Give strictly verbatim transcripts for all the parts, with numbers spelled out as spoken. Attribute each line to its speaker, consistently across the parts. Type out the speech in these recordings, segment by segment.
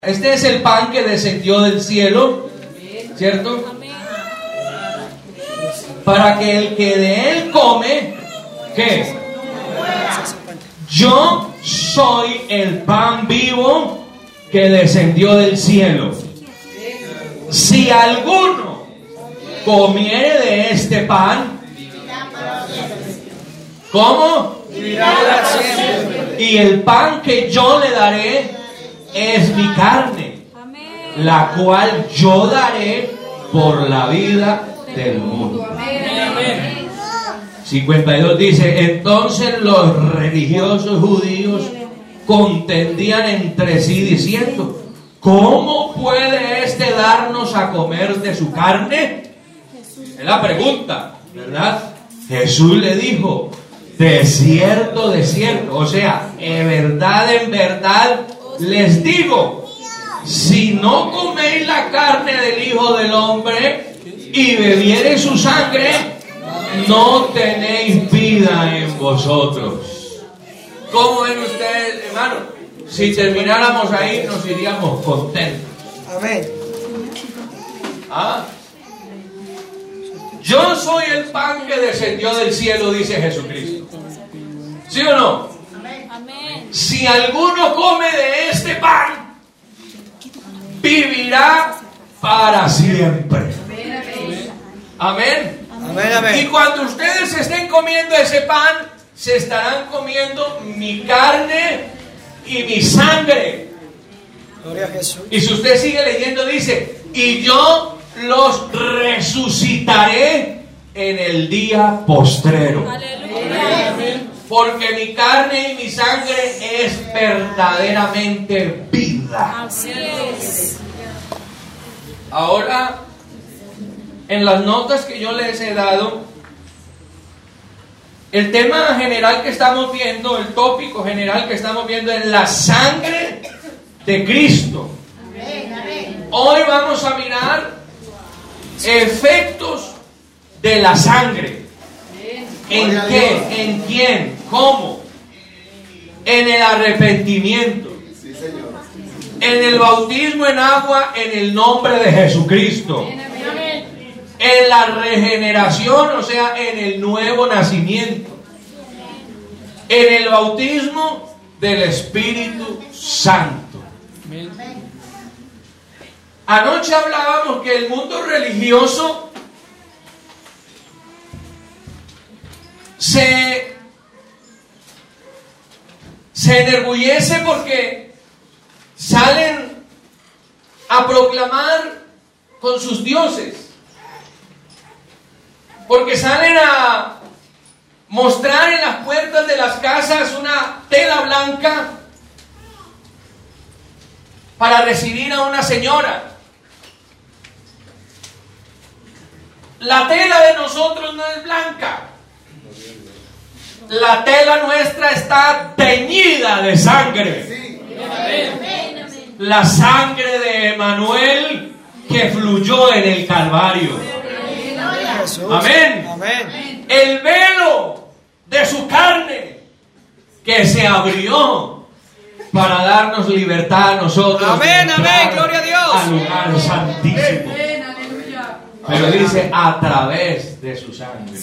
Speaker 1: Este es el pan que descendió del cielo, ¿cierto? Para que el que de él come, ¿qué? Yo soy el pan vivo que descendió del cielo. Si alguno comiere de este pan, ¿cómo? Y el pan que yo le daré es mi carne, la cual yo daré por la vida del mundo. cincuenta y dos dice: entonces los religiosos judíos contendían entre sí diciendo: ¿cómo puede este darnos a comer de su carne? Es la pregunta, ¿verdad? Jesús le dijo: de cierto, de cierto, o sea, en verdad, en verdad les digo, si no coméis la carne del Hijo del Hombre y bebiereis su sangre, no tenéis vida en vosotros. ¿Cómo ven ustedes, hermano? Si termináramos ahí, nos iríamos contentos.
Speaker 2: Amén.
Speaker 1: ¿Ah? Yo soy el pan que descendió del cielo, dice Jesucristo. ¿Sí o no? Si alguno come de este pan, vivirá para siempre. Amén.
Speaker 2: Amén, amén.
Speaker 1: Y cuando ustedes estén comiendo ese pan, se estarán comiendo mi carne y mi sangre.
Speaker 2: Gloria a Jesús.
Speaker 1: Y si usted sigue leyendo, dice: y yo los resucitaré en el día postrero.
Speaker 3: Aleluya.
Speaker 1: Porque mi carne y mi sangre es verdaderamente vida.
Speaker 3: Así es.
Speaker 1: Ahora, en las notas que yo les he dado, el tema general que estamos viendo, el tópico general que estamos viendo es la sangre de Cristo. Hoy vamos a mirar efectos de la sangre. ¿En qué? ¿En quién? ¿Cómo? En el arrepentimiento. En el bautismo en agua en el nombre de Jesucristo. En la regeneración, o sea, en el nuevo nacimiento. En el bautismo del Espíritu Santo. Anoche hablábamos que el mundo religioso se, se enorgullece porque salen a proclamar con sus dioses, porque salen a mostrar en las puertas de las casas una tela blanca para recibir a una señora. La tela de nosotros no es blanca. La tela nuestra está teñida de sangre. La sangre de Emanuel que fluyó en el Calvario. Amén.
Speaker 2: Amén.
Speaker 1: El velo de su carne que se abrió para darnos libertad a nosotros.
Speaker 2: Amén, amén, gloria a Dios.
Speaker 1: Al lugar santísimo. Pero dice: a través de su sangre.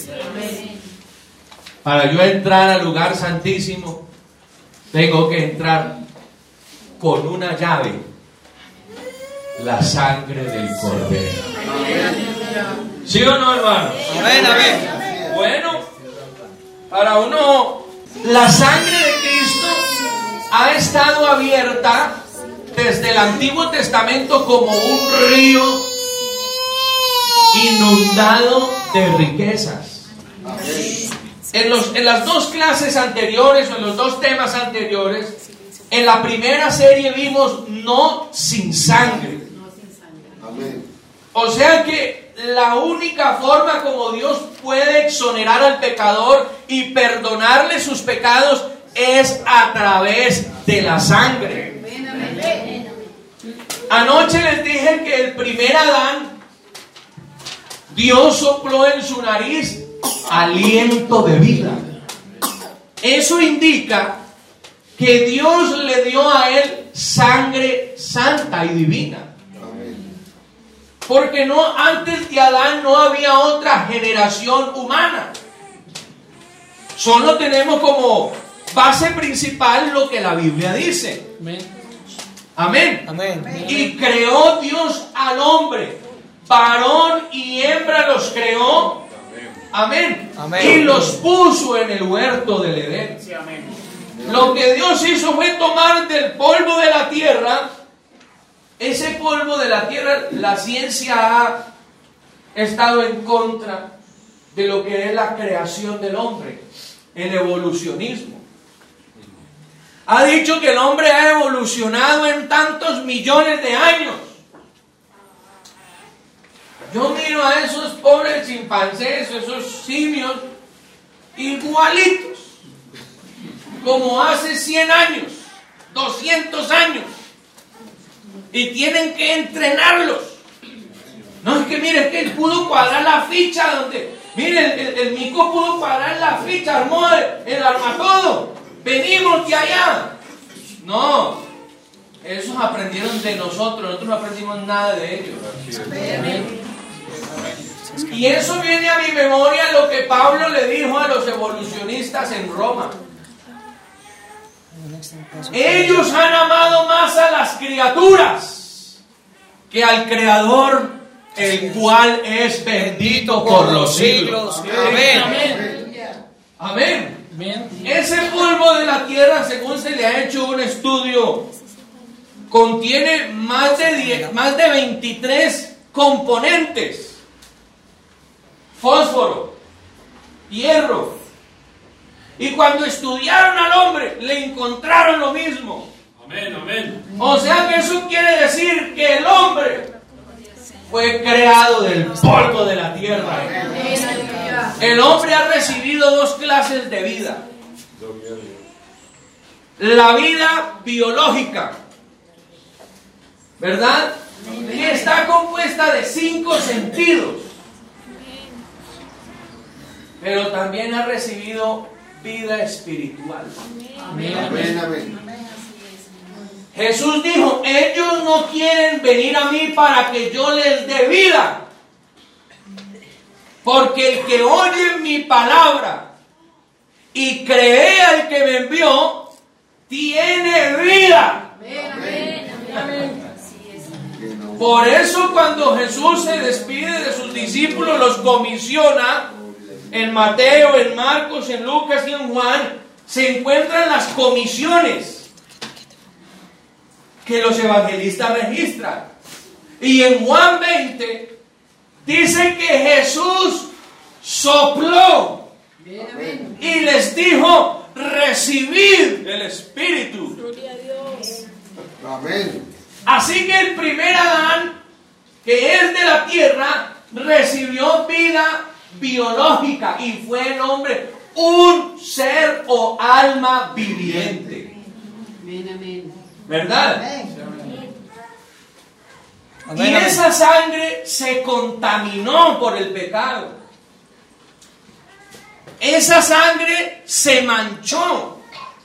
Speaker 1: Para yo entrar al lugar santísimo, tengo que entrar con una llave: la sangre del Cordero. ¿Sí o no, hermano?
Speaker 2: Amén, amén.
Speaker 1: Bueno, para uno, la sangre de Cristo ha estado abierta desde el Antiguo Testamento como un río inundado de riquezas. En, los, en las dos clases anteriores, o en los dos temas anteriores, en la primera serie vimos no sin sangre. O sea que la única forma como Dios puede exonerar al pecador y perdonarle sus pecados es a través de la sangre. Anoche les dije que el primer Adán, Dios sopló en su nariz aliento de vida. Eso indica que Dios le dio a él sangre santa y divina. Porque no, antes de Adán no había otra generación humana. Solo tenemos como base principal lo que la Biblia dice. Amén.
Speaker 2: Amén.
Speaker 1: Y creó Dios al hombre, varón y hembra los creó. Amén.
Speaker 2: Amén.
Speaker 1: Y los puso en el huerto del Edén.
Speaker 4: Sí, amén.
Speaker 1: Lo que Dios hizo fue tomar del polvo de la tierra. Ese polvo de la tierra, la ciencia ha estado en contra de lo que es la creación del hombre, el evolucionismo. Ha dicho que el hombre ha evolucionado en tantos millones de años. Yo miro a esos pobres chimpancés, esos simios, igualitos, como hace cien años, doscientos años. Y tienen que entrenarlos. No, es que mire, es que él pudo cuadrar la ficha donde... Mire, el, el, el mico pudo cuadrar la ficha, armó el, el armatodo. Venimos de allá. No, esos aprendieron de nosotros, nosotros no aprendimos nada de ellos. Y eso viene a mi memoria lo que Pablo le dijo a los evolucionistas en Roma. Ellos han amado más a las criaturas que al Creador, el cual es bendito por los siglos.
Speaker 2: Amén.
Speaker 1: Amén. Ese polvo de la tierra, según se le ha hecho un estudio, contiene más de diez, más de veintitrés componentes: fósforo, hierro. Y cuando estudiaron al hombre, le encontraron lo mismo.
Speaker 4: Amén, amén.
Speaker 1: O sea que eso quiere decir que el hombre fue creado del polvo de la tierra. El hombre ha recibido dos clases de vida. La vida biológica, ¿verdad? Que está compuesta de cinco sentidos. Pero también ha recibido vida espiritual.
Speaker 3: Amén.
Speaker 5: Amén, amén.
Speaker 1: Jesús dijo: ellos no quieren venir a mí para que yo les dé vida, porque el que oye mi palabra y cree al que me envió tiene vida.
Speaker 3: Amén. Amén.
Speaker 1: Por eso cuando Jesús se despide de sus discípulos, los comisiona. En Mateo, en Marcos, en Lucas y en Juan se encuentran las comisiones que los evangelistas registran. Y en Juan veinte dice que Jesús sopló y les dijo: recibid el Espíritu.
Speaker 3: Gloria a Dios.
Speaker 5: Amén.
Speaker 1: Así que el primer Adán, que es de la tierra, recibió vida biológica y fue el hombre un ser o alma viviente.
Speaker 3: Amén, amén.
Speaker 1: ¿Verdad?
Speaker 2: Amén,
Speaker 1: Y
Speaker 2: amén.
Speaker 1: esa sangre se contaminó por el pecado. Esa sangre se manchó.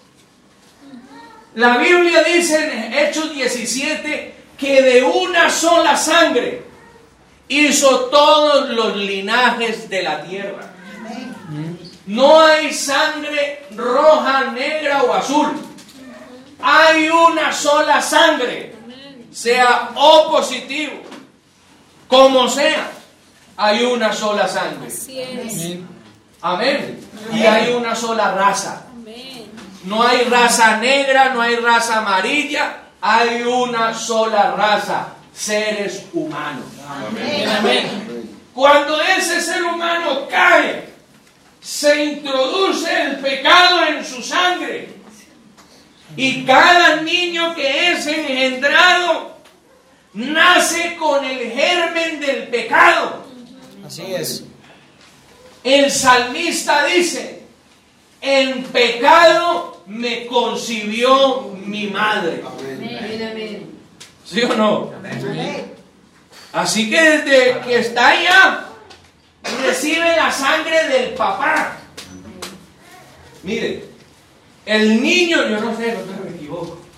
Speaker 1: La Biblia dice en Hechos diecisiete que de una sola sangre hizo todos los linajes de la tierra. No hay sangre roja, negra o azul. Hay una sola sangre, sea O positivo, como sea, hay una sola sangre.
Speaker 3: Así es.
Speaker 1: Amén. Y hay una sola raza.
Speaker 3: Amén.
Speaker 1: No hay raza negra, no hay raza amarilla, hay una sola raza, seres humanos.
Speaker 3: Amén.
Speaker 1: Amén. Cuando ese ser humano cae, se introduce el pecado en su sangre. Y cada niño que es engendrado nace con el germen del pecado.
Speaker 2: Así es.
Speaker 1: El salmista dice: en pecado me concibió mi madre.
Speaker 3: Amén. Amén.
Speaker 1: ¿Sí o no? Así que desde que está allá, recibe la sangre del papá. Mire, el niño, yo no sé, no sé, me equivoco.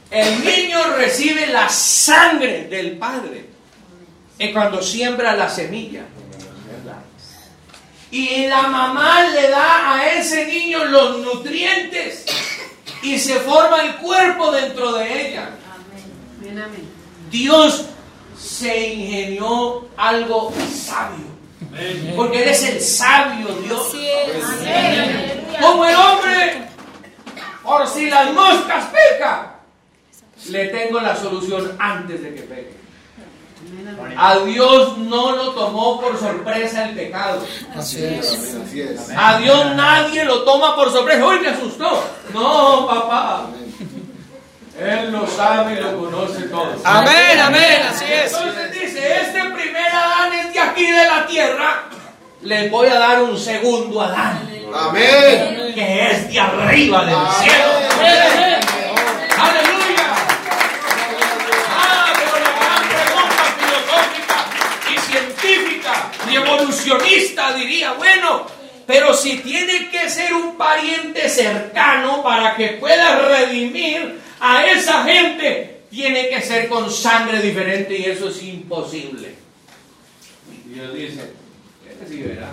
Speaker 1: El niño recibe la sangre del padre. Es cuando siembra la semilla. ¿Verdad? Y la mamá le da a ese niño los nutrientes. Y se forma el cuerpo dentro de ella.
Speaker 3: Amén, amén.
Speaker 1: Dios se ingenió algo sabio. Porque Él es el sabio Dios. Como el hombre, por si las moscas pican, le tengo la solución antes de que pegue. A Dios no lo tomó por sorpresa el pecado.
Speaker 2: Así es.
Speaker 5: Así es.
Speaker 1: A Dios nadie lo toma por sorpresa. ¡Uy, me asustó! No, papá. Él lo sabe y lo conoce todo.
Speaker 2: Amén, amén, así es.
Speaker 1: Entonces dice, este primer Adán es de aquí de la tierra. Les voy a dar un segundo Adán.
Speaker 5: Amén.
Speaker 1: Que es de arriba del cielo.
Speaker 5: Amén.
Speaker 1: ¡Aleluya! Ah, pero la gran pregunta filosófica y científica y evolucionista diría, bueno, pero si tiene que ser un pariente cercano para que pueda redimir a esa gente, tiene que ser con sangre diferente y eso es imposible. Y Dios dice, este sí verá.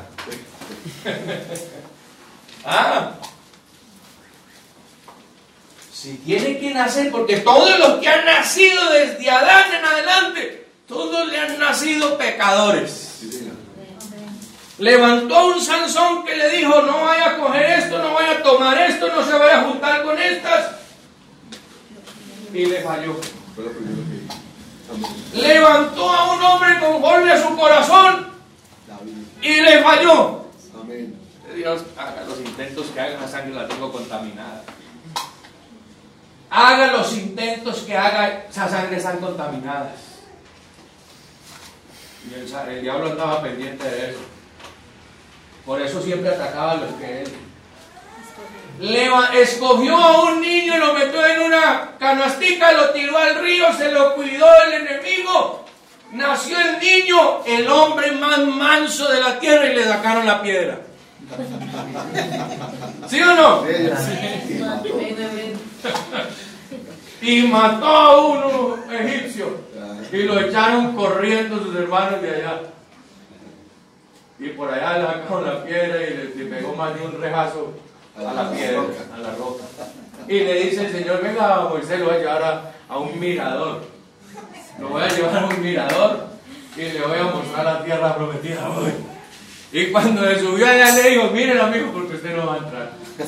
Speaker 1: Ah, si tiene que nacer, porque todos los que han nacido desde Adán en adelante, todos le han nacido pecadores. Levantó a un Sansón que le dijo, no vaya a coger esto, no vaya a tomar esto, no se vaya a juntar con estas. Y le falló. Levantó a un hombre conforme a su corazón y le falló.
Speaker 5: Amén.
Speaker 1: Dios, haga los intentos que haga, la sangre la tengo contaminada. Haga los intentos que haga, esa sangre están contaminadas. Y el, el diablo andaba pendiente de eso. Por eso siempre atacaba a los que él. Leva, escogió a un niño y lo metió en una canastica, lo tiró al río, se lo cuidó el enemigo. Nació el niño, el hombre más manso de la tierra, y le sacaron la piedra. ¿Sí o no?
Speaker 3: Amén, amén.
Speaker 1: Y mató a uno egipcio y lo echaron corriendo sus hermanos de allá. Y por allá le sacaron la piedra y le, le pegó más de un rejazo a la piedra, a la roca. Y le dice el Señor, venga, Moisés, lo voy a llevar a, a un mirador. Lo voy a llevar a un mirador y le voy a mostrar la tierra prometida hoy. Y cuando le subió allá le dijo, miren amigo, porque usted no va a entrar.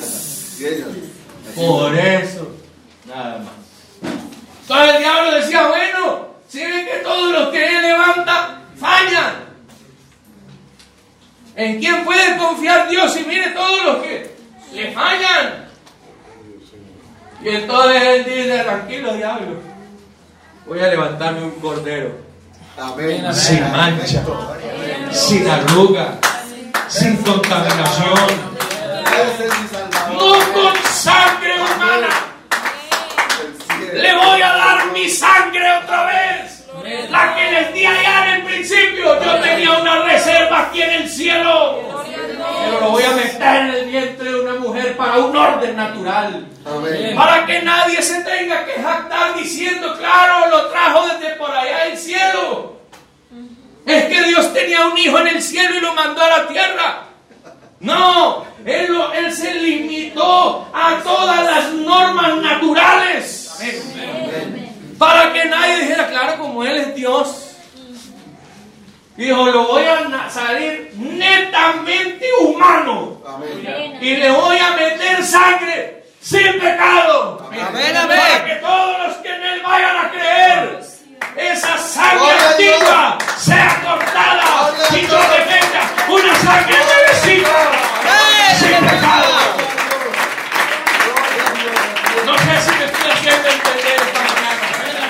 Speaker 1: Por eso, nada más. Entonces el diablo decía, bueno, si ven que todos los que él levanta fallan, ¿en quién puede confiar Dios? Y mire todos los que le fallan. Y entonces él dice, tranquilo diablo, voy a levantarme un cordero.
Speaker 5: Amén.
Speaker 1: Sin mancha, sin arruga, sin contaminación, no con sangre humana. Le voy a dar mi sangre otra vez, la que les di allá en el principio. Yo tenía una reserva aquí en el cielo, pero lo voy a meter en el vientre de una mujer para un orden natural.
Speaker 5: Amén.
Speaker 1: Para que nadie se tenga que jactar diciendo, claro, lo trajo desde por allá del cielo. Es que Dios tenía un hijo en el cielo y lo mandó a la tierra. No, él, lo, él se limitó a todas las normas naturales. Amén. Para que nadie dijera, claro, como Él es Dios. Dijo, lo voy a salir netamente humano.
Speaker 5: Amén.
Speaker 1: Y le voy a meter sangre sin pecado.
Speaker 2: Amén, amén.
Speaker 1: Para que todos los que en Él vayan a creer, esa sangre
Speaker 5: Gloria a
Speaker 1: antigua sea cortada y no detenga una sangre nuevecita sin pecado. No sé si me estoy haciendo entender esta mañana.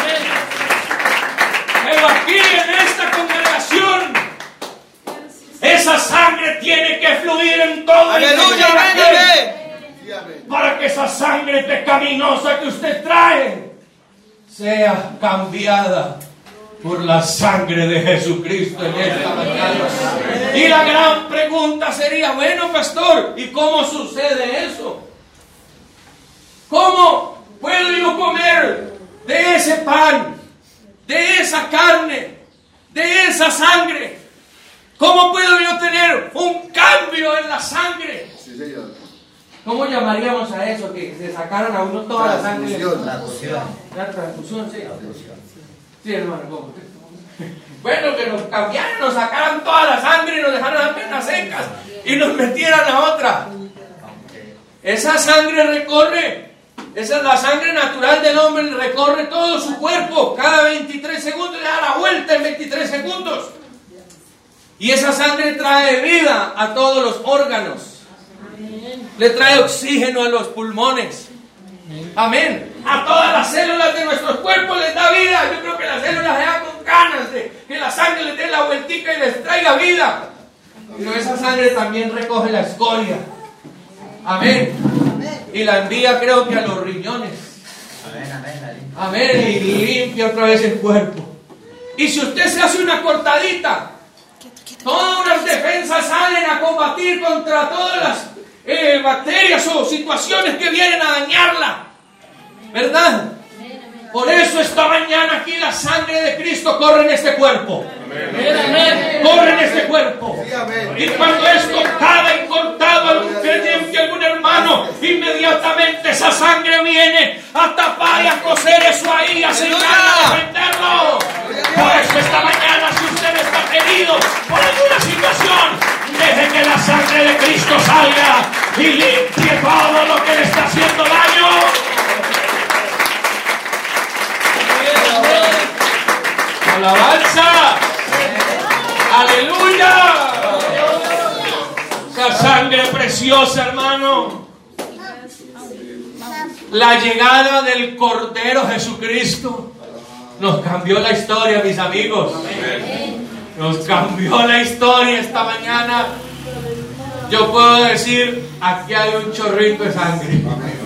Speaker 1: Pero aquí en esta congregación, esa sangre tiene que fluir en todo el
Speaker 2: Aleluya, amén, amén.
Speaker 1: para que esa sangre pecaminosa que usted trae sea cambiada por la sangre de Jesucristo en esta mañana. Y la gran pregunta sería, bueno, pastor, ¿y cómo sucede eso? ¿Cómo puedo yo comer de ese pan, de esa carne, de esa sangre? ¿Cómo puedo yo tener un cambio en la sangre?
Speaker 5: Sí, Señor.
Speaker 1: ¿Cómo llamaríamos a eso? Que se sacaron a uno toda la sangre.
Speaker 5: Transfusión.
Speaker 1: La transfusión, sí. Sí, hermano. ¿cómo? Bueno, que nos cambiaran, nos sacaran toda la sangre y nos dejaran las venas secas y nos metieran a otra. Esa sangre recorre, esa es la sangre natural del hombre, recorre todo su cuerpo cada veintitrés segundos, le da la vuelta en veintitrés segundos. Y esa sangre trae vida a todos los órganos. Le trae oxígeno a los pulmones. Amén. A todas las células de nuestros cuerpos les da vida. Yo creo que las células se dan con ganas de que la sangre les dé la vueltica y les traiga vida. Pero esa sangre también recoge la escoria. Amén. Y la envía, creo que a los riñones. Amén. Y limpia otra vez el cuerpo. Y si usted se hace una cortadita, todas las defensas salen a combatir contra todas las eh, bacterias o situaciones que vienen a dañarla. ¿Verdad? Por eso esta mañana aquí la sangre de Cristo corre en este cuerpo. Corre en este cuerpo. Y cuando es tocada y cortado algún creyente, algún hermano, inmediatamente esa sangre viene a tapar y a coser eso ahí, a sellar, a defenderlo. Por eso esta mañana, si usted está herido por alguna situación, deje que la sangre de Cristo salga y limpie todo lo que le está haciendo daño. ¡Alabanza! ¡Aleluya! Esa sangre preciosa, hermano. La llegada del Cordero Jesucristo nos cambió la historia, mis amigos. Nos cambió la historia esta mañana. Yo puedo decir, aquí hay un chorrito de sangre.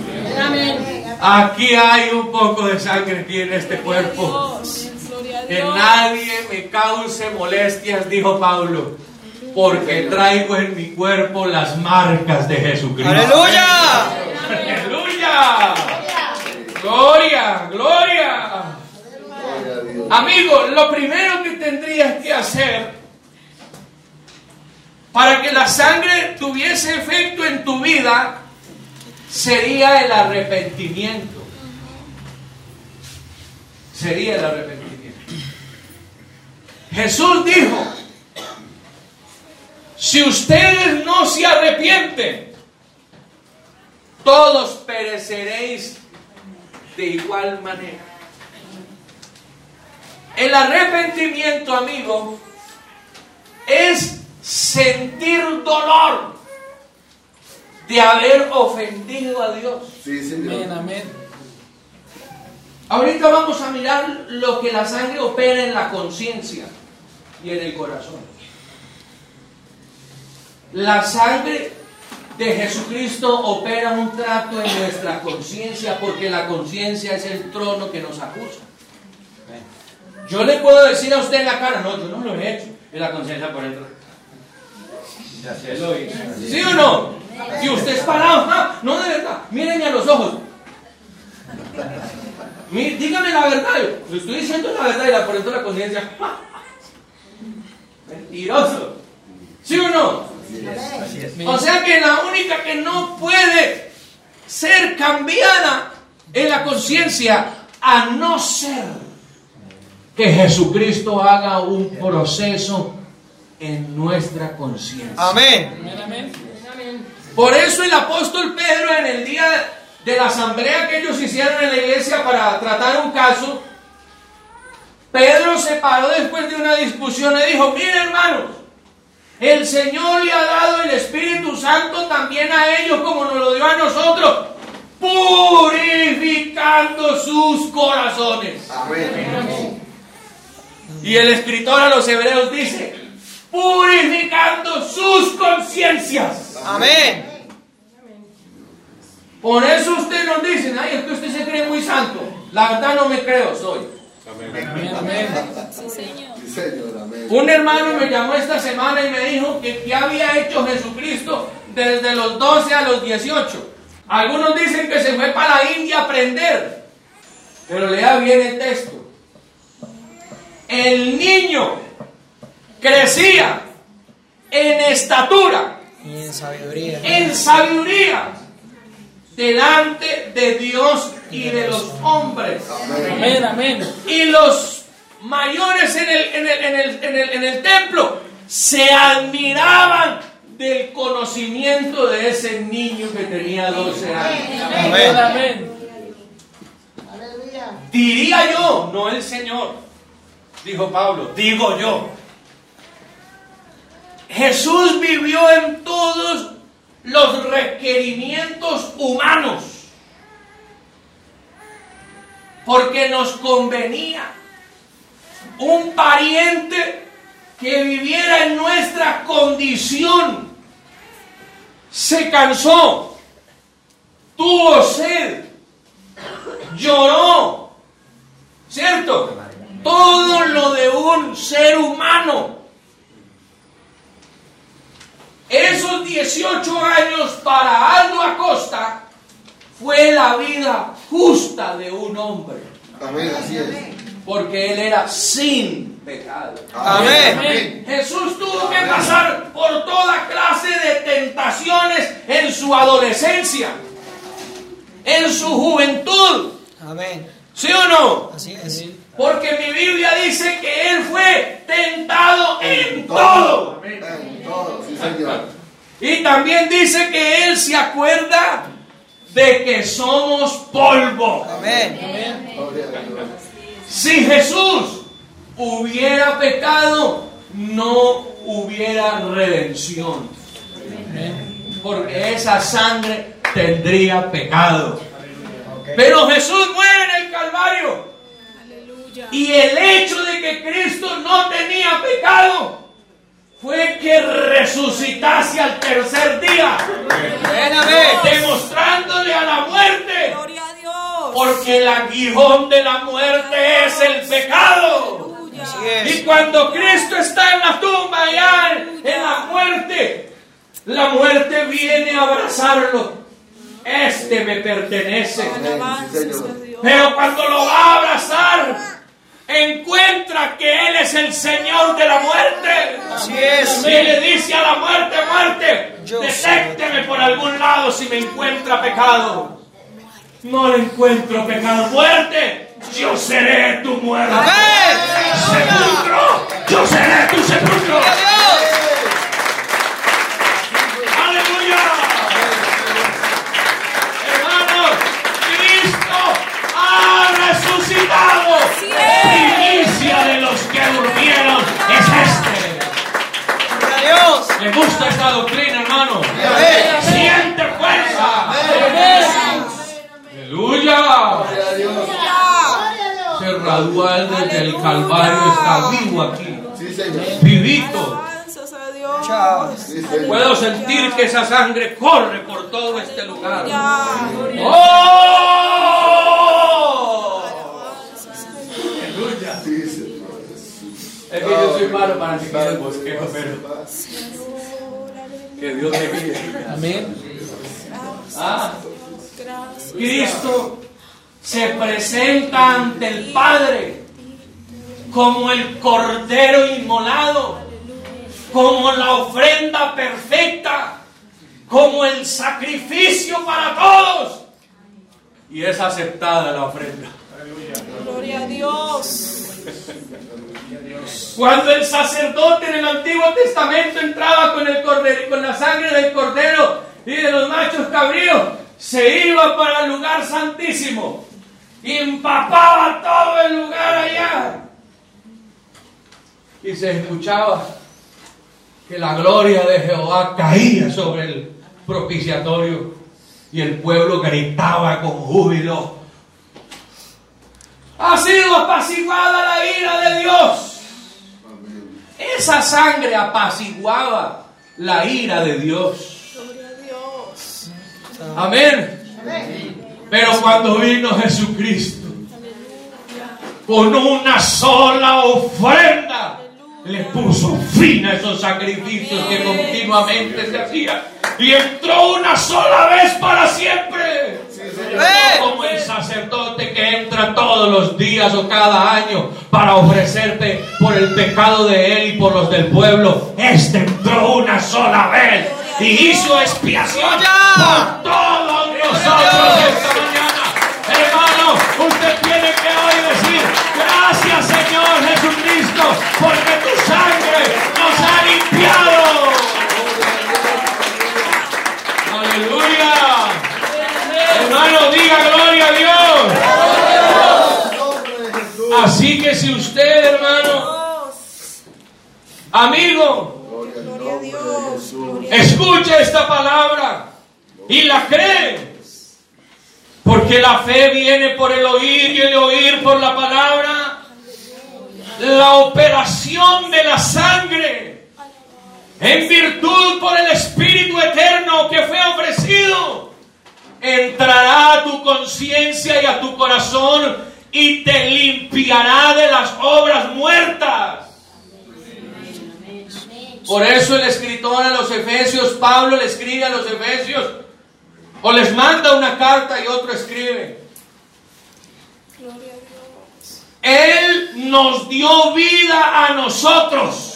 Speaker 1: Aquí hay un poco de sangre aquí en este cuerpo. Que nadie me cause molestias, dijo Pablo, porque traigo en mi cuerpo las marcas de Jesucristo.
Speaker 2: ¡Aleluya!
Speaker 1: ¡Aleluya! ¡Gloria! ¡Gloria! Amigo, lo primero que tendrías que hacer para que la sangre tuviese efecto en tu vida sería el arrepentimiento. Sería el arrepentimiento. Jesús dijo: si ustedes no se arrepienten, todos pereceréis de igual manera. El arrepentimiento, amigo, es sentir dolor de haber ofendido a Dios.
Speaker 5: Sí, Señor.
Speaker 2: Amén, amén.
Speaker 1: Ahorita vamos a mirar lo que la sangre opera en la conciencia y en el corazón. La sangre de Jesucristo opera un trato en nuestra conciencia, porque la conciencia es el trono que nos acusa. Yo le puedo decir a usted en la cara: no, yo no lo he hecho. Y la conciencia por dentro: ¿sí o no? Y usted es parado: ah, no, de verdad, mírenme a los ojos. Mí, dígame la verdad. Yo estoy diciendo la verdad, y la por dentro la conciencia: ¡ah! Mentiroso. ¿Sí o no?
Speaker 5: Así es.
Speaker 1: O sea que la única que no puede ser cambiada es la conciencia, a no ser que Jesucristo haga un proceso en nuestra conciencia.
Speaker 2: Amén.
Speaker 1: Por eso el apóstol Pedro, en el día de la asamblea que ellos hicieron en la iglesia para tratar un caso, Pedro se paró después de una discusión y dijo: miren, hermanos, el Señor le ha dado el Espíritu Santo también a ellos como nos lo dio a nosotros, purificando sus corazones.
Speaker 5: Amén.
Speaker 1: Y el escritor a los hebreos dice: purificando sus conciencias.
Speaker 2: Amén.
Speaker 1: Por eso usted nos dice: ay, es que usted se cree muy santo. La verdad no me creo, soy.
Speaker 2: Amén. Amén.
Speaker 5: Sí, Señor. Amén.
Speaker 1: Un hermano me llamó esta semana y me dijo que qué había hecho Jesucristo desde los doce a los dieciocho. Algunos dicen que se fue para la India a aprender. Pero lea bien el texto. El niño crecía en estatura
Speaker 5: Y en sabiduría.
Speaker 1: en sabiduría delante de Dios y de los hombres.
Speaker 2: Amén, amén.
Speaker 1: Y los mayores en el, en el, en el, en el, en el templo se admiraban del conocimiento de ese niño que tenía doce años.
Speaker 2: Amén, amén.
Speaker 1: Diría yo, no el Señor, dijo Pablo, digo yo. Jesús vivió en todos los requerimientos humanos porque nos convenía un pariente que viviera en nuestra condición. Se cansó, tuvo sed, lloró, ¿cierto? Todo lo de un ser humano. Esos dieciocho años para Aldo Acosta fue la vida justa de un hombre.
Speaker 5: Amén, así es.
Speaker 1: Porque él era sin pecado.
Speaker 5: Amén.
Speaker 2: Amén.
Speaker 1: Jesús tuvo que pasar por toda clase de tentaciones en su adolescencia, en su juventud.
Speaker 5: Amén.
Speaker 1: ¿Sí o no?
Speaker 5: Así es.
Speaker 1: Porque mi Biblia dice que él fue tentado en todo.
Speaker 5: En todo, sí, Señor.
Speaker 1: Y también dice que él se acuerda de que somos polvo.
Speaker 5: Amén.
Speaker 2: Amén.
Speaker 5: Gloria a Dios.
Speaker 1: Si Jesús hubiera pecado, no hubiera redención. Porque esa sangre tendría pecado. Pero Jesús muere en el Calvario. Y el hecho de que Cristo no tenía pecado fue que resucitase al tercer día, demostrándole a la muerte,
Speaker 4: Gloria a Dios.
Speaker 1: porque el aguijón de la muerte es el pecado.
Speaker 5: Así
Speaker 1: Y
Speaker 5: es.
Speaker 1: cuando Cristo está en la tumba, allá en, en la muerte, la muerte viene a abrazarlo. Este me pertenece.
Speaker 4: Alabanzas a Dios.
Speaker 1: Pero cuando lo va a abrazar, encuentra que Él es el Señor de la muerte.
Speaker 5: Así es.
Speaker 1: Y le dice a la muerte, muerte,
Speaker 5: Yo
Speaker 1: detécteme por algún lado si me encuentra pecado. No le encuentro pecado. Muerte, yo seré tu muerte. Sepulcro, yo seré tu sepulcro. Aleluya. Hermanos, Cristo ha resucitado. Primicia de los que durmieron es este.
Speaker 5: Gloria a Dios.
Speaker 1: ¿Le gusta esta doctrina, hermano?
Speaker 5: Amén.
Speaker 1: Siente fuerza. Aleluya.
Speaker 5: Gloria a Dios.
Speaker 1: Se gradual desde el Calvario, está vivo aquí,
Speaker 5: Sí, Señor.
Speaker 1: vivito.
Speaker 4: Alabanzas a Dios.
Speaker 5: Chao. Sí, Señor.
Speaker 1: Puedo sentir que esa sangre corre por todo este lugar.
Speaker 4: Ya.
Speaker 1: ¡Oh! Aleluya.
Speaker 5: Sí, Señor.
Speaker 1: Es que yo soy malo para limpiar el bosquejo, pero que Dios me guíe.
Speaker 2: Amén.
Speaker 1: Ah,
Speaker 4: Gracias.
Speaker 1: Cristo se presenta ante el Padre como el Cordero inmolado, como la ofrenda perfecta, como el sacrificio para todos. Y es aceptada la ofrenda.
Speaker 4: Gloria a Dios.
Speaker 1: Cuando el sacerdote en el Antiguo Testamento entraba con el cordero, con la sangre del cordero y de los machos cabríos, se iba para el lugar santísimo y empapaba todo el lugar allá. Y se escuchaba que la gloria de Jehová caía sobre el propiciatorio y el pueblo gritaba con júbilo: ha sido apaciguada la ira de Dios. Esa sangre apaciguaba la ira de Dios.
Speaker 4: Gloria a Dios.
Speaker 1: Amén. Pero cuando vino Jesucristo con una sola ofrenda, le puso fin a esos sacrificios que continuamente se hacían y entró una sola vez para siempre.
Speaker 5: ¡Eh!
Speaker 1: No como el sacerdote que entra todos los días o cada año para ofrecerte por el pecado de él y por los del pueblo. Este entró una sola vez y hizo expiación por todos nosotros esta mañana. Hermano, usted tiene que hoy decir: gracias, Señor Jesucristo, porque tu sangre nos ha limpiado. Aleluya. Hermano, diga gloria a Dios. Así que si usted, hermano, amigo,
Speaker 4: Gloria a Dios. Gloria a
Speaker 1: escucha esta palabra y la cree, porque la fe viene por el oír y el oír por la palabra. La operación de la sangre en virtud por el Espíritu eterno que fue ofrecido entrará a tu conciencia y a tu corazón y te limpiará de las obras muertas. Por eso el escritor a los Efesios, Pablo, le escribe a los Efesios, o les manda una carta y otro escribe:
Speaker 4: Gloria a Dios.
Speaker 1: Él nos dio vida a nosotros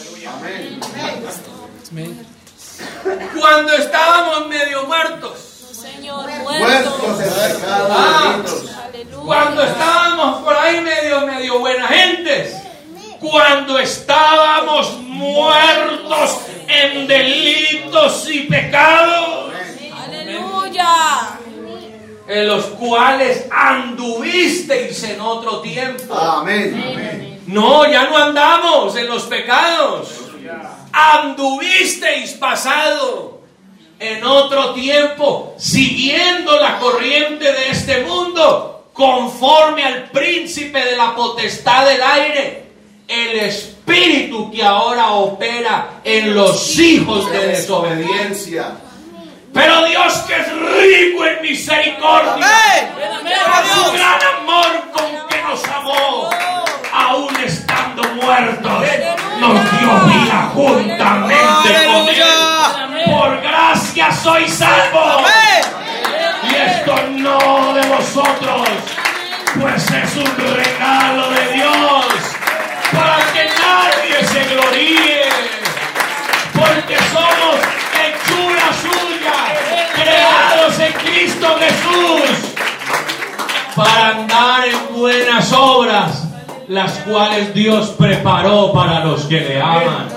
Speaker 1: cuando estábamos medio muertos.
Speaker 4: Señor,
Speaker 5: Muertos
Speaker 4: muertos.
Speaker 5: en pecado,
Speaker 1: Ah.
Speaker 5: benditos.
Speaker 4: Aleluya.
Speaker 1: Cuando estábamos por ahí medio, medio buena gentes. Cuando estábamos muertos en delitos y pecados,
Speaker 4: Aleluya.
Speaker 1: en los cuales anduvisteis en otro tiempo.
Speaker 5: Amén.
Speaker 1: No, ya no andamos en los pecados. Anduvisteis pasado en otro tiempo, siguiendo la corriente de este mundo, conforme al príncipe de la potestad del aire, el espíritu que ahora opera en los hijos de desobediencia. Pero Dios, que es rico en misericordia, por su gran amor con que nos amó, aún estando muertos, nos dio vida juntamente con Él. Por gracia sois salvos. Y esto no de vosotros, pues es un regalo de Dios, para que nadie se gloríe, porque somos hechura suya, creados en Cristo Jesús, para andar en buenas obras, las cuales Dios preparó para los que le aman.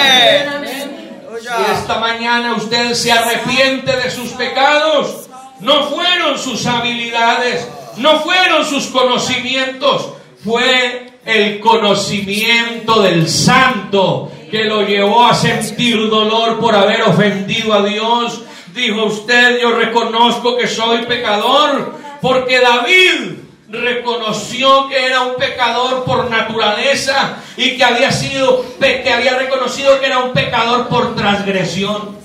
Speaker 1: Si esta mañana usted se arrepiente de sus pecados, no fueron sus habilidades, no fueron sus conocimientos, fue el conocimiento del Santo que lo llevó a sentir dolor por haber ofendido a Dios. Dijo usted: yo reconozco que soy pecador, porque David reconoció que era un pecador por naturaleza y que había sido, que había reconocido que era un pecador por transgresión.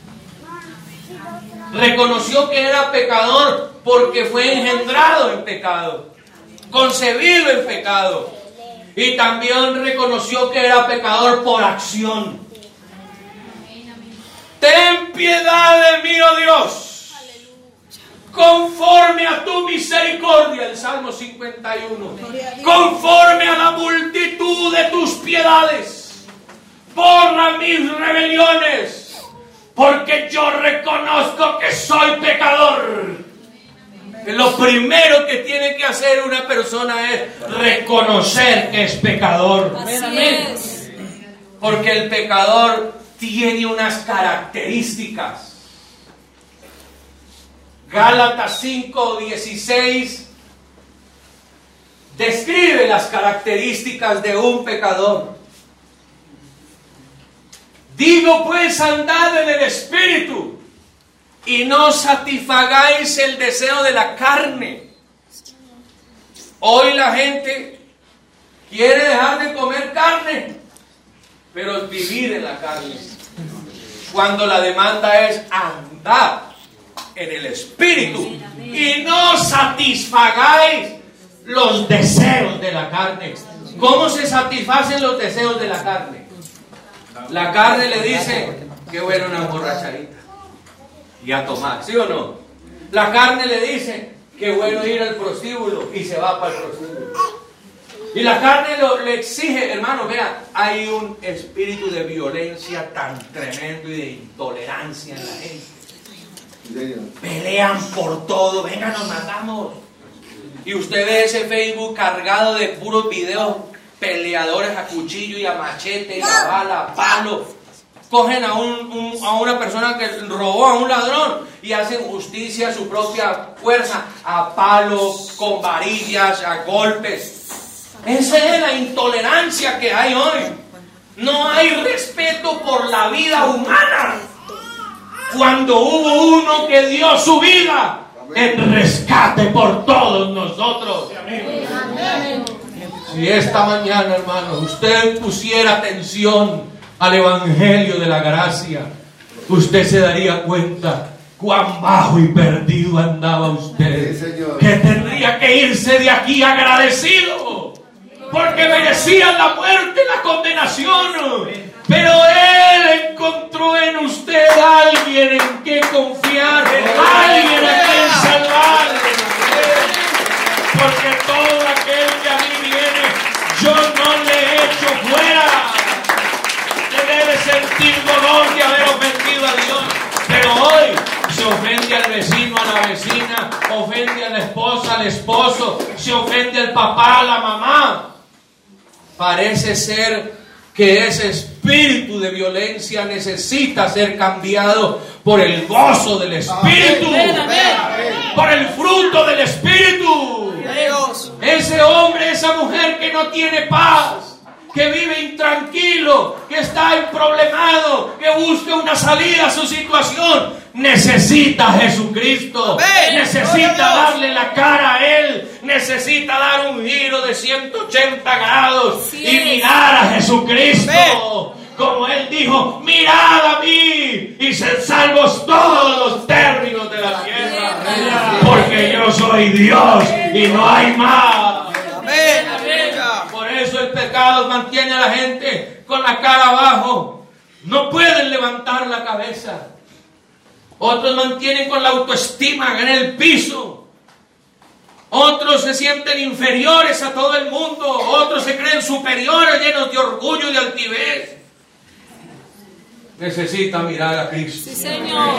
Speaker 1: Reconoció que era pecador porque fue engendrado en pecado, concebido en pecado, y también reconoció que era pecador por acción. Ten piedad de mí, oh Dios, conforme a tu misericordia, el Salmo cincuenta y uno, conforme a la multitud de tus piedades, borra mis rebeliones, porque yo reconozco que soy pecador. Lo primero que tiene que hacer una persona es reconocer que es pecador.
Speaker 4: Así es.
Speaker 1: Porque el pecador tiene unas características. Gálatas cinco dieciséis describe las características de un pecador. Digo pues, andad en el Espíritu, y no satisfagáis el deseo de la carne. Hoy la gente quiere dejar de comer carne, pero vivir en la carne, cuando la demanda es andar en el Espíritu y no satisfagáis los deseos de la carne. ¿Cómo se satisfacen los deseos de la carne? La carne le dice: qué bueno una borrachadita, y a tomar, ¿sí o no? La carne le dice que bueno ir al prostíbulo y se va para el prostíbulo. Y la carne lo, le exige, hermano, vea, hay un espíritu de violencia tan tremendo y de intolerancia en la gente. Pelean por todo, venga, nos matamos. Y usted ve ese Facebook cargado de puros videos peleadores a cuchillo y a machete y a bala, a palo. Cogen a, un, un, a una persona que robó a un ladrón y hacen justicia a su propia fuerza, a palos, con varillas, a golpes. Esa es la intolerancia que hay hoy. No hay respeto por la vida humana. Cuando hubo uno que dio su vida en rescate por todos nosotros. Si esta mañana, hermano, usted pusiera atención al Evangelio de la gracia, usted se daría cuenta cuán bajo y perdido andaba usted, que tendría que irse de aquí agradecido, porque merecía la muerte y la condenación, pero Él encontró en usted a alguien en que confiar, alguien a quien salvar, porque todo aquel que a mí viene, yo no le he hecho fuera. Debe sentir dolor de haber ofendido a Dios, pero hoy se ofende al vecino, a la vecina, ofende a la esposa, al esposo, se ofende al papá, a la mamá. Parece ser que ese espíritu de violencia necesita ser cambiado por el gozo del Espíritu, por el fruto del Espíritu. Ese hombre, esa mujer que no tiene paz, que vive intranquilo, que está emproblemado, que busca una salida a su situación, necesita a Jesucristo, necesita darle la cara a Él, necesita dar un giro de ciento ochenta grados y mirar a Jesucristo. Como Él dijo, mirad a mí y sed salvos todos los términos de la tierra, porque yo soy Dios y no hay más. Por eso el pecado mantiene a la gente con la cara abajo. No pueden levantar la cabeza. Otros mantienen con la autoestima en el piso. Otros se sienten inferiores a todo el mundo. Otros se creen superiores, llenos de orgullo y de altivez. Necesita mirar a Cristo.
Speaker 4: Sí, Señor.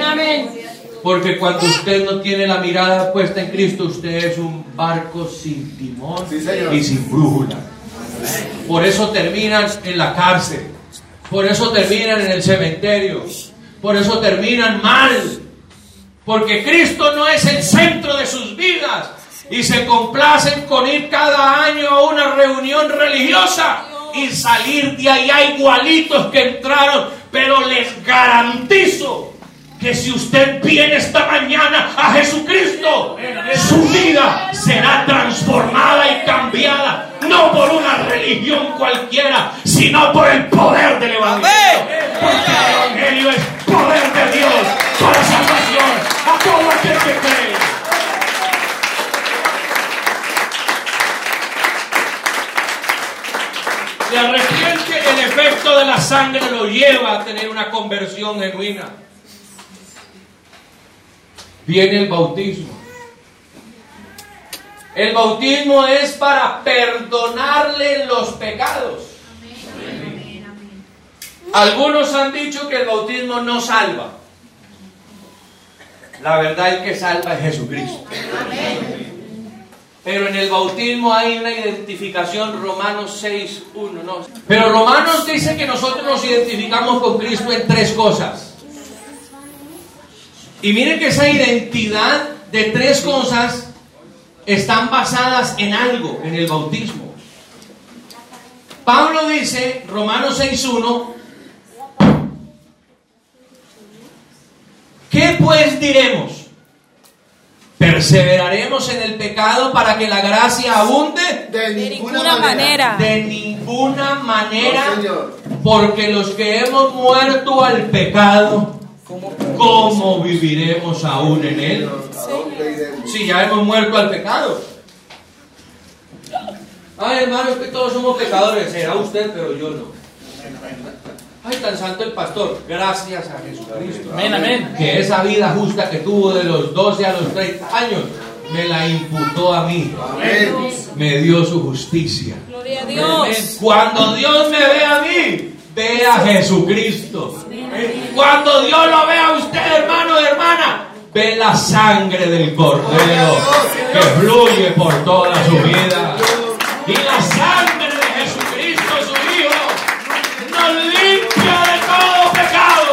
Speaker 1: Porque cuando usted no tiene la mirada puesta en Cristo, usted es un barco sin timón
Speaker 5: Sí, señor.
Speaker 1: y sin brújula. Por eso terminan en la cárcel. Por eso terminan en el cementerio. Por eso terminan mal. Porque Cristo no es el centro de sus vidas. Y se complacen con ir cada año a una reunión religiosa y salir de allá igualitos que entraron. Pero les garantizo que si usted viene esta mañana a Jesucristo, su vida será transformada y cambiada, no por una religión cualquiera, sino por el poder del Evangelio. Porque el Evangelio es poder de Dios para salvación a todo aquel que cree. Se arrepiente, el efecto de la sangre lo lleva a tener una conversión genuina. Viene el bautismo. El bautismo es para perdonarle los pecados. Algunos han dicho que el bautismo no salva. La verdad, el que salva es Jesucristo. Pero en el bautismo hay una identificación, Romanos seis uno, ¿no? Pero Romanos dice que nosotros nos identificamos con Cristo en tres cosas. Y miren que esa identidad de tres cosas están basadas en algo, en el bautismo. Pablo dice, Romanos seis uno, ¿qué pues diremos? ¿Perseveraremos en el pecado para que la gracia abunde?
Speaker 5: De
Speaker 4: De
Speaker 5: ninguna
Speaker 4: ninguna
Speaker 5: manera.
Speaker 4: manera.
Speaker 1: De ninguna manera,
Speaker 5: No, Señor.
Speaker 1: porque los que hemos muerto al pecado, ¿cómo viviremos aún en él?
Speaker 5: ¿A dónde iremos?
Speaker 1: Si ya hemos muerto al pecado. Ay, hermano, es que todos somos pecadores. Será usted, pero yo no. Ay, tan santo el pastor. Gracias a Jesucristo.
Speaker 2: Amén, amén.
Speaker 1: Que esa vida justa que tuvo de los doce a los treinta años me la imputó a mí.
Speaker 5: Amén.
Speaker 1: Me dio su justicia.
Speaker 4: Gloria a Dios.
Speaker 1: Cuando Dios me ve a mí, ve a Jesucristo. Cuando Dios lo ve a usted, hermano y hermana, ve la sangre del Cordero que fluye por toda su vida. Y la sangre de Jesucristo, su Hijo, nos limpia de todo pecado.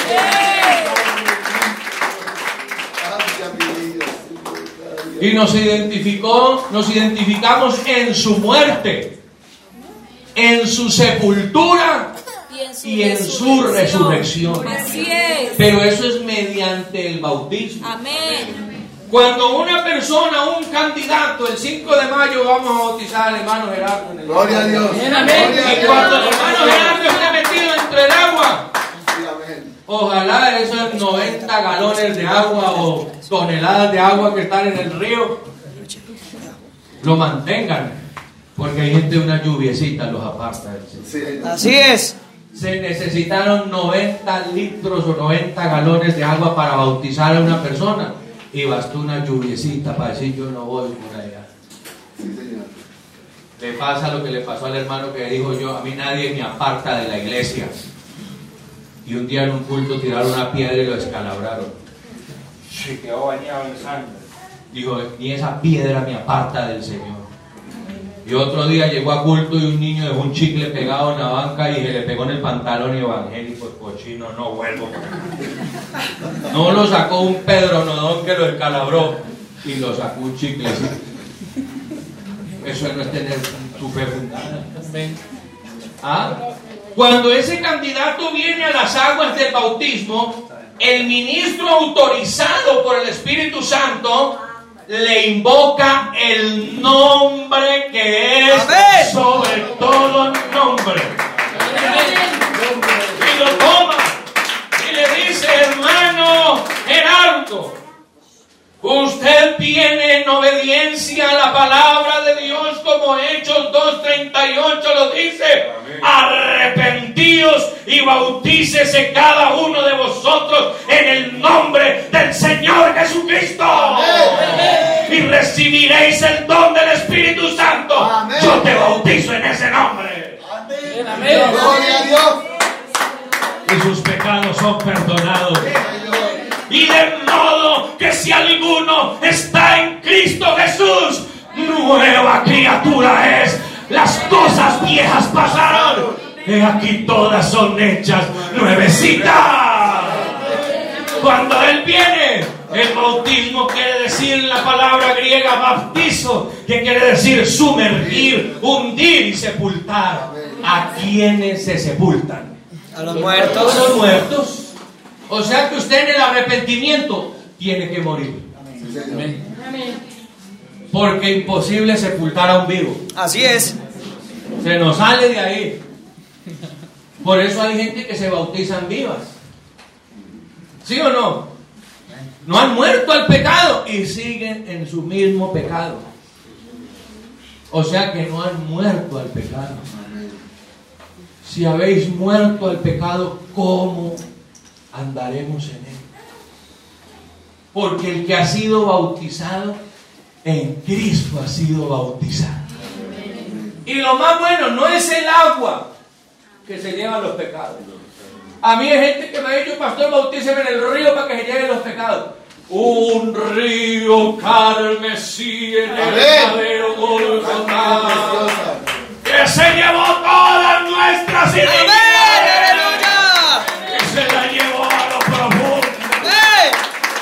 Speaker 1: Y nos identificó, nos identificamos en su muerte, en su sepultura y en su resurrección.
Speaker 4: Así es.
Speaker 1: Pero eso es mediante el bautismo.
Speaker 4: Amén.
Speaker 1: Cuando una persona, un candidato, el cinco de mayo vamos a bautizar al hermano Gerardo en el
Speaker 5: Gloria a Dios.
Speaker 2: Amén, amén.
Speaker 5: Gloria a
Speaker 1: Y
Speaker 5: Dios.
Speaker 1: cuando el hermano Gerardo esté metido entre el agua,
Speaker 5: Sí, amén.
Speaker 1: ojalá esos noventa galones de agua o toneladas de agua que están en el río lo mantengan, porque hay gente, una lluviecita los aparta del Señor.
Speaker 5: Sí.
Speaker 6: Así es.
Speaker 1: Se necesitaron noventa litros o noventa galones de agua para bautizar a una persona, y bastó una lluviecita para decir yo no voy por allá.
Speaker 5: Sí, señor.
Speaker 1: Le pasa lo que le pasó al hermano que dijo yo, a mí nadie me aparta de la iglesia. Y un día en un culto tiraron una piedra y lo descalabraron. Se quedó bañado en sangre. Dijo, ni esa piedra me aparta del Señor. Y otro día llegó a culto y un niño dejó un chicle pegado en la banca y se le pegó en el pantalón y evangélico, el cochino, no vuelvo. No lo sacó un Pedro Nodón que lo descalabró y lo sacó un chicle. Eso no es tener tu fe fundada.
Speaker 2: Amén.
Speaker 1: ¿Ah? Cuando ese candidato viene a las aguas del bautismo, el ministro autorizado por el Espíritu Santo le invoca el nombre que es
Speaker 6: Amén.
Speaker 1: sobre todo nombre. Y lo toma y le dice, hermano Gerardo, usted viene en obediencia a la palabra de Dios, como Hechos dos treinta y ocho lo dice. Arrepentíos y bautícese cada uno de vosotros en el nombre del Señor Jesucristo. Amén. Y recibiréis el don del Espíritu Santo.
Speaker 5: Amén.
Speaker 1: Yo te bautizo en ese nombre.
Speaker 5: Amén.
Speaker 2: Amén.
Speaker 5: Gloria a Dios.
Speaker 1: Y sus pecados son perdonados. Y de modo que si alguno está en Cristo Jesús, nueva criatura es. Las cosas viejas pasaron, y aquí todas son hechas nuevecitas. Cuando Él viene, el bautismo quiere decir la palabra griega baptizo, que quiere decir sumergir, hundir y sepultar. ¿A quienes se sepultan?
Speaker 6: A los
Speaker 1: Todos
Speaker 6: muertos.
Speaker 1: los muertos. O sea que usted en el arrepentimiento tiene que morir.
Speaker 5: Sí, señor.
Speaker 2: Amén.
Speaker 1: Porque imposible sepultar a un vivo.
Speaker 6: Así es.
Speaker 1: Se nos sale de ahí. Por eso hay gente que se bautizan vivas. ¿Sí o no? No han muerto al pecado y siguen en su mismo pecado. O sea que no han muerto al pecado. Si habéis muerto al pecado, ¿cómo andaremos en él? Porque el que ha sido bautizado en Cristo ha sido bautizado. Y lo más bueno no es el agua que se lleva los pecados. A mí hay gente que me ha dicho, pastor, bautíceme en el río para que se lleven los pecados. Un río carmesí en el
Speaker 5: Amén.
Speaker 1: madero Golgotha,
Speaker 5: Preciosa.
Speaker 1: que se llevó todas nuestras
Speaker 6: ¡Amén!
Speaker 1: iniquidades,
Speaker 6: ¡Aleluya!
Speaker 1: que se la llevó a lo profundo.
Speaker 6: ¡Eh!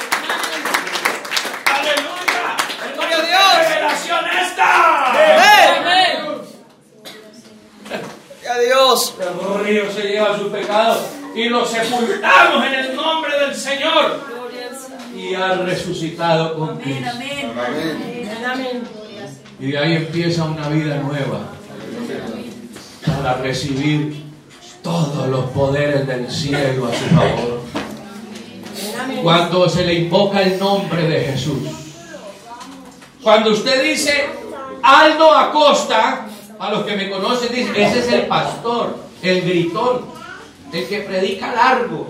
Speaker 1: ¡Aleluya!
Speaker 6: ¡Gloria a Dios!
Speaker 1: ¡Revelación esta!
Speaker 6: ¡Eh!
Speaker 2: Amén.
Speaker 6: ¡Gloria a Dios!
Speaker 1: El río se lleva su pecado y lo sepultamos en el nombre del Señor. Y ha resucitado con Cristo.
Speaker 5: Amén.
Speaker 1: Y de ahí empieza una vida nueva para recibir todos los poderes del cielo a su favor. Cuando se le invoca el nombre de Jesús, cuando usted dice Aldo Acosta, a los que me conocen dicen, ese es el pastor, el gritón. El que predica largo.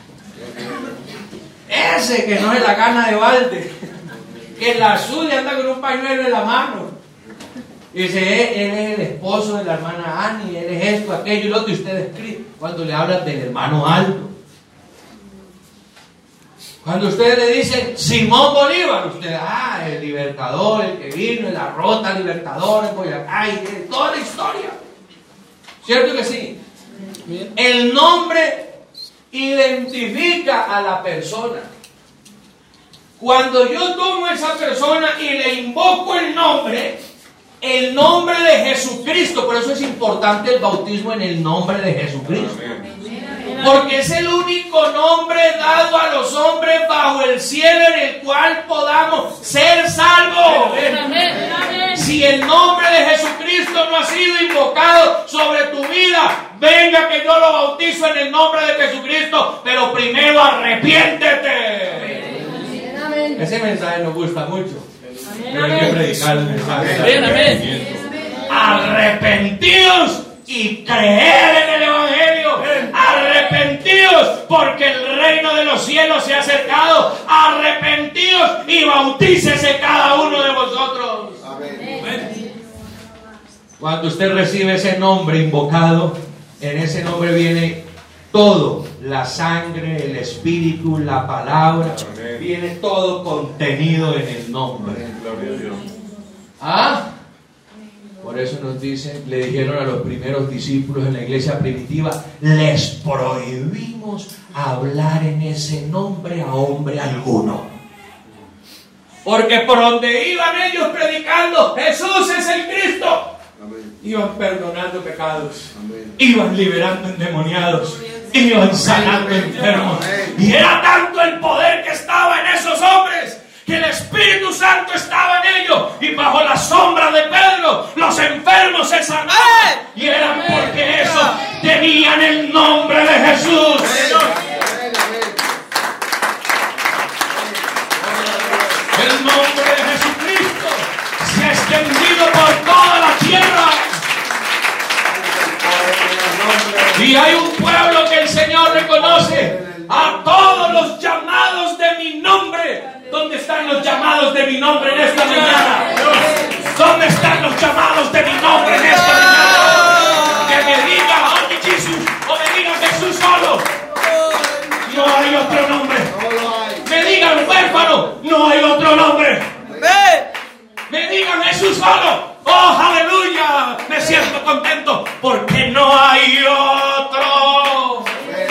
Speaker 1: Ese que no es la gana de balde. Que en la suya anda con un pañuelo en la mano. Y dice, él, él es el esposo de la hermana Annie, él es esto, aquello y lo que ustedes escriben. Cuando le hablan del hermano Aldo. Cuando ustedes le dicen Simón Bolívar, usted, ah, el libertador, el que vino, la rota libertador, el Boyacá, y toda la historia. ¿Cierto que sí? Bien. El nombre identifica a la persona. Cuando yo tomo a esa persona y le invoco el nombre, el nombre de Jesucristo, por eso es importante el bautismo en el nombre de Jesucristo. Porque es el único nombre dado a los hombres bajo el cielo en el cual podamos ser salvos. Si el nombre de Jesucristo no ha sido invocado sobre tu vida, venga que yo lo bautizo en el nombre de Jesucristo, pero primero arrepiéntete. Ese mensaje nos gusta mucho, pero hay que predicar el mensaje.
Speaker 2: Amén, amén.
Speaker 1: Arrepentidos y creer en el Evangelio. Arrepentidos porque el reino de los cielos se ha acercado. Arrepentidos y bautícese cada uno de vosotros. Amén. Cuando usted recibe ese nombre invocado, en ese nombre viene todo, la sangre, el espíritu, la palabra. Amén. Viene todo contenido en el nombre.
Speaker 7: Gloria a Dios.
Speaker 1: ¿Ah? Por eso nos dice, le dijeron a los primeros discípulos en la iglesia primitiva, les prohibimos hablar en ese nombre a hombre alguno. Porque por donde iban ellos predicando, Jesús es el Cristo. Amén. Iban perdonando pecados. Amén. Iban liberando endemoniados. Iban sanando enfermos. Amén. Y era tanto el poder que estaba en esos hombres, que el Espíritu Santo estaba en ellos, y bajo la sombra de Pedro los enfermos se sanaban, y era porque eso tenían el nombre de Jesús. El nombre de Jesucristo se ha extendido por toda la tierra, y hay un pueblo que el Señor reconoce a todos los llamados de mi nombre. ¿Dónde están los llamados de mi nombre en esta mañana? ¿Dónde están los llamados de mi nombre en esta mañana? Que me diga Only Jesús o me diga Jesús solo. No hay otro nombre. Me digan huérfano, no hay otro nombre. Me digan Jesús solo. Oh, aleluya. Me siento contento porque no hay otro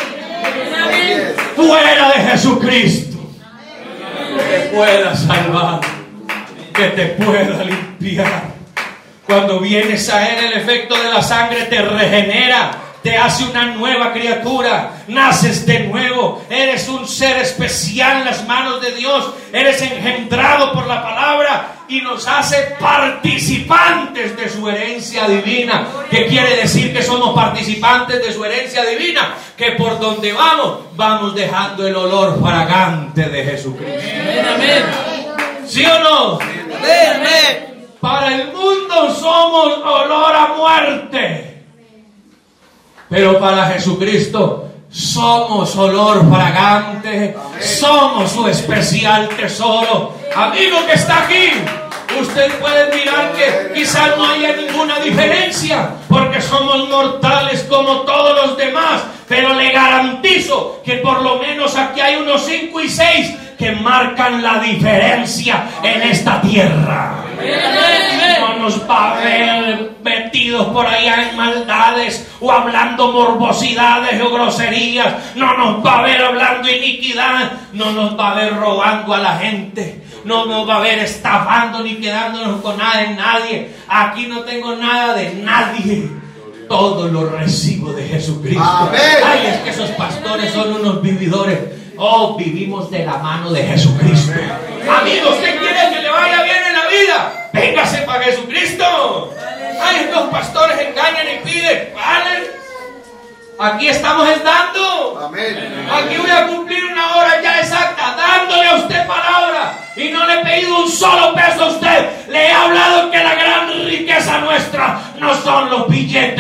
Speaker 1: fuera de Jesucristo que te pueda salvar, que te pueda limpiar. Cuando vienes a Él, el efecto de la sangre te regenera, te hace una nueva criatura, naces de nuevo, eres un ser especial en las manos de Dios, eres engendrado por la palabra y nos hace participantes de su herencia divina. ¿Qué quiere decir que somos participantes de su herencia divina? Que por donde vamos, vamos dejando el olor fragante de Jesucristo.
Speaker 2: Amén, amén.
Speaker 1: ¿Sí o no?
Speaker 6: Amén, amén.
Speaker 1: Para el mundo somos olor a muerte, pero para Jesucristo somos olor fragante. Somos su especial tesoro. Amigo que está aquí, usted puede mirar que quizás no haya ninguna diferencia, porque somos mortales como todos los demás, pero le garantizo que por lo menos aquí hay unos cinco y seis que marcan la diferencia en esta tierra. No nos va a ver metidos por allá en maldades o hablando morbosidades o groserías. No nos va a ver hablando iniquidad. No nos va a ver robando a la gente. No nos va a ver estafando ni quedándonos con nada de nadie. Aquí no tengo nada de nadie. Todo lo recibo de Jesucristo.
Speaker 5: Amén.
Speaker 1: Ay, es que esos pastores son unos vividores. Oh, vivimos de la mano de Jesucristo. Amigo, ¿usted quiere que le vaya bien en la vida? Véngase para Jesucristo. Ay, estos pastores engañan y piden. Vale. Aquí estamos dando.
Speaker 5: Amén.
Speaker 1: Aquí voy a cumplir una hora ya exacta, dándole a usted palabra. Y no le he pedido un solo peso a usted. Le he hablado que la gran riqueza nuestra no son los billetes,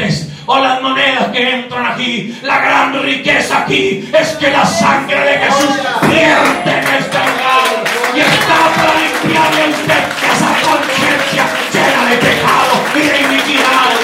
Speaker 1: o las monedas que entran aquí. La gran riqueza aquí es que la sangre de Jesús vierte en este lugar y está para limpiarle a usted esa conciencia llena de pecado y de iniquidad.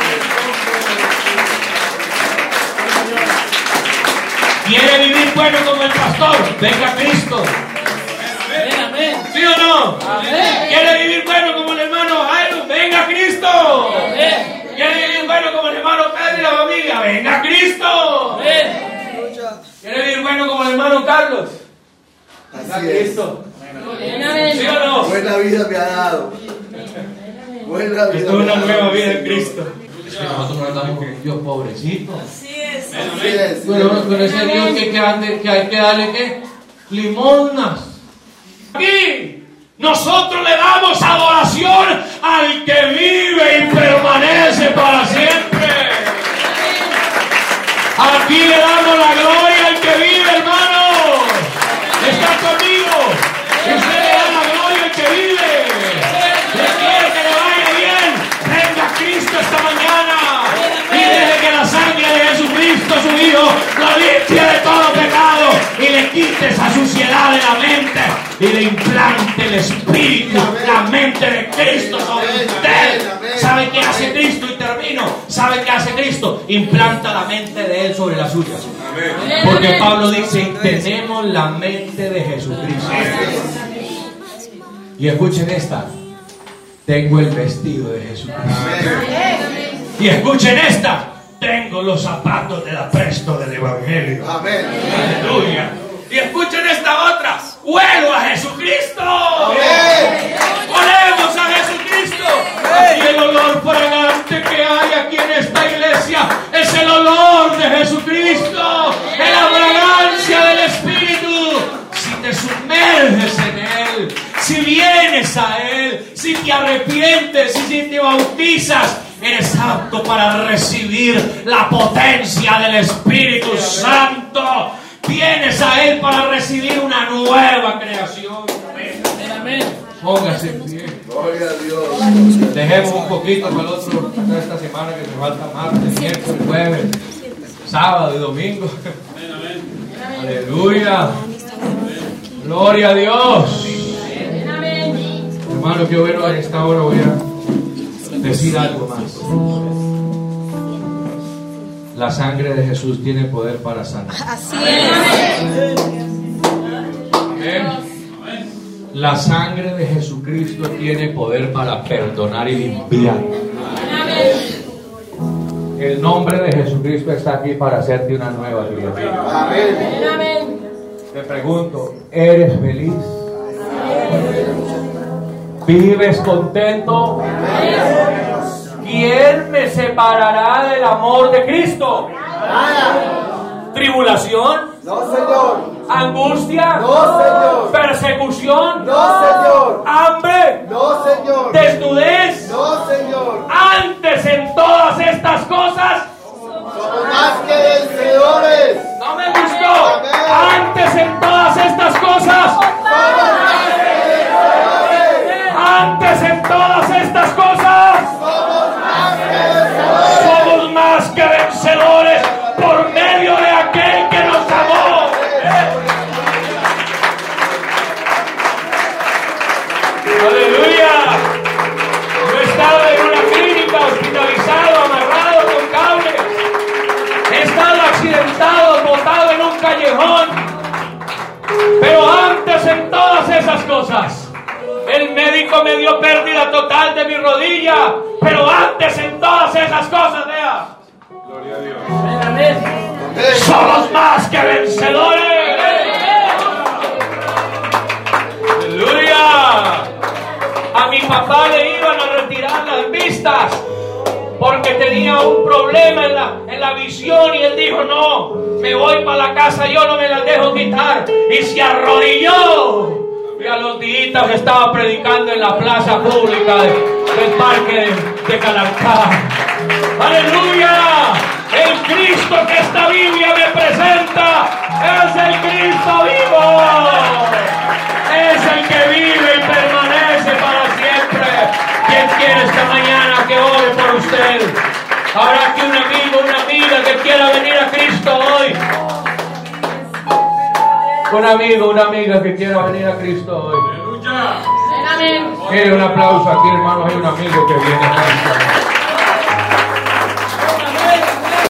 Speaker 1: ¿Quiere vivir bueno como el pastor? Venga Cristo.
Speaker 2: Amén, amén.
Speaker 1: ¿Sí o no?
Speaker 2: Amén.
Speaker 1: ¿Quiere vivir bueno como el hermano Jairo? Venga Cristo.
Speaker 2: Amén.
Speaker 1: ¿Quiere vivir bueno como el hermano Pedro y la familia? Venga Cristo.
Speaker 2: Amén.
Speaker 1: ¿Quiere vivir bueno como el hermano Carlos? Venga
Speaker 5: Así es.
Speaker 1: Cristo. ¿Sí o no?
Speaker 5: Buena vida me ha dado. Buena vida.
Speaker 1: Esto es una
Speaker 5: me ha
Speaker 1: nueva
Speaker 5: dado.
Speaker 1: vida en Cristo. Es que nosotros no andamos con Dios pobrecito.
Speaker 4: Así es.
Speaker 5: Así es.
Speaker 1: Bueno, con ese Dios que, que, ande- que hay que darle ¿qué? Limonas. Aquí nosotros le damos adoración al que vive y permanece para siempre. Aquí le damos la gloria al que vive, hermano. Está conmigo. Usted le da la gloria al que vive. Le quiere que le vaya bien. Venga Cristo esta mañana y deje que la sangre de Jesucristo, su Hijo, lo limpie de todo pecado y le quite esa suciedad de la mente y le implante el Espíritu, la mente de Cristo sobre usted. ¿Sabe qué hace Cristo? Y termino. ¿Sabe qué hace Cristo? Implanta la mente de Él sobre la suya. Porque Pablo dice, tenemos la mente de Jesucristo. Y escuchen esta. Tengo el vestido de Jesucristo. Y escuchen esta. Tengo los zapatos del apresto del Evangelio.
Speaker 5: Amén.
Speaker 1: Aleluya. Y escuchen esta otra. Huelo a Jesucristo.
Speaker 5: Amén.
Speaker 1: Olemos a Jesucristo. Y el olor fragante que hay aquí en esta iglesia es el olor de Jesucristo. Es la fragancia del Espíritu. Si te sumerges en Él, si vienes a Él, si te arrepientes y si te bautizas, eres apto para recibir la potencia del Espíritu Santo. Vienes a Él para recibir una nueva creación.
Speaker 2: Amén, amén.
Speaker 1: Póngase en pie.
Speaker 5: Gloria a Dios.
Speaker 1: Dejemos un poquito para el otro, para esta semana que me falta martes, miércoles, jueves, sábado y domingo. Aleluya. Gloria a Dios. Hermano, qué bueno, en esta hora voy a decir algo más. La sangre de Jesús tiene poder para sanar.
Speaker 4: Así es.
Speaker 1: Amén. La sangre de Jesucristo tiene poder para perdonar y limpiar. El nombre de Jesucristo está aquí para hacerte una nueva vida.
Speaker 5: Amén.
Speaker 1: Te pregunto, ¿eres feliz? ¿Vives contento? ¿Quién me separará del amor de Cristo? ¿Tribulación?
Speaker 5: No, Señor.
Speaker 1: ¿Angustia?
Speaker 5: No, Señor.
Speaker 1: ¿Persecución?
Speaker 5: No, Señor.
Speaker 1: ¿Hambre?
Speaker 5: No, Señor.
Speaker 1: ¿Desnudez?
Speaker 5: No, Señor.
Speaker 1: Antes en todas estas cosas,
Speaker 5: Somos más que vencedores.
Speaker 1: no me gustó. Antes en todas estas cosas,
Speaker 5: Somos más que vencedores.
Speaker 1: antes en todas estas cosas,
Speaker 5: Somos más que vencedores.
Speaker 1: somos más que vencedores por medio de aquel que nos amó. Aleluya. Yo he estado en una clínica, hospitalizado, amarrado con cables. He estado accidentado, botado en un callejón. Pero antes en todas esas cosas, el médico me dio pérdida total de mi rodilla. Pero antes en todas esas cosas, vea,
Speaker 2: Amén, amén.
Speaker 1: somos más que vencedores. Aleluya. A mi papá le iban a retirar las vistas porque tenía un problema en la, en la visión y él dijo, no, me voy para la casa, yo no me las dejo quitar. Y se arrodilló. Y a los días estaba predicando en la plaza pública de, del parque de, de Calancá. ¡Aleluya! El Cristo que esta Biblia me presenta es el Cristo vivo. Es el que vive y permanece para siempre. ¿Quién quiere esta mañana que ore por usted? Habrá que una vida Un amigo, una amiga que quiera venir a Cristo hoy.
Speaker 2: Aleluya.
Speaker 1: Mire, un aplauso aquí, hermanos. Hay un amigo que viene a Cristo.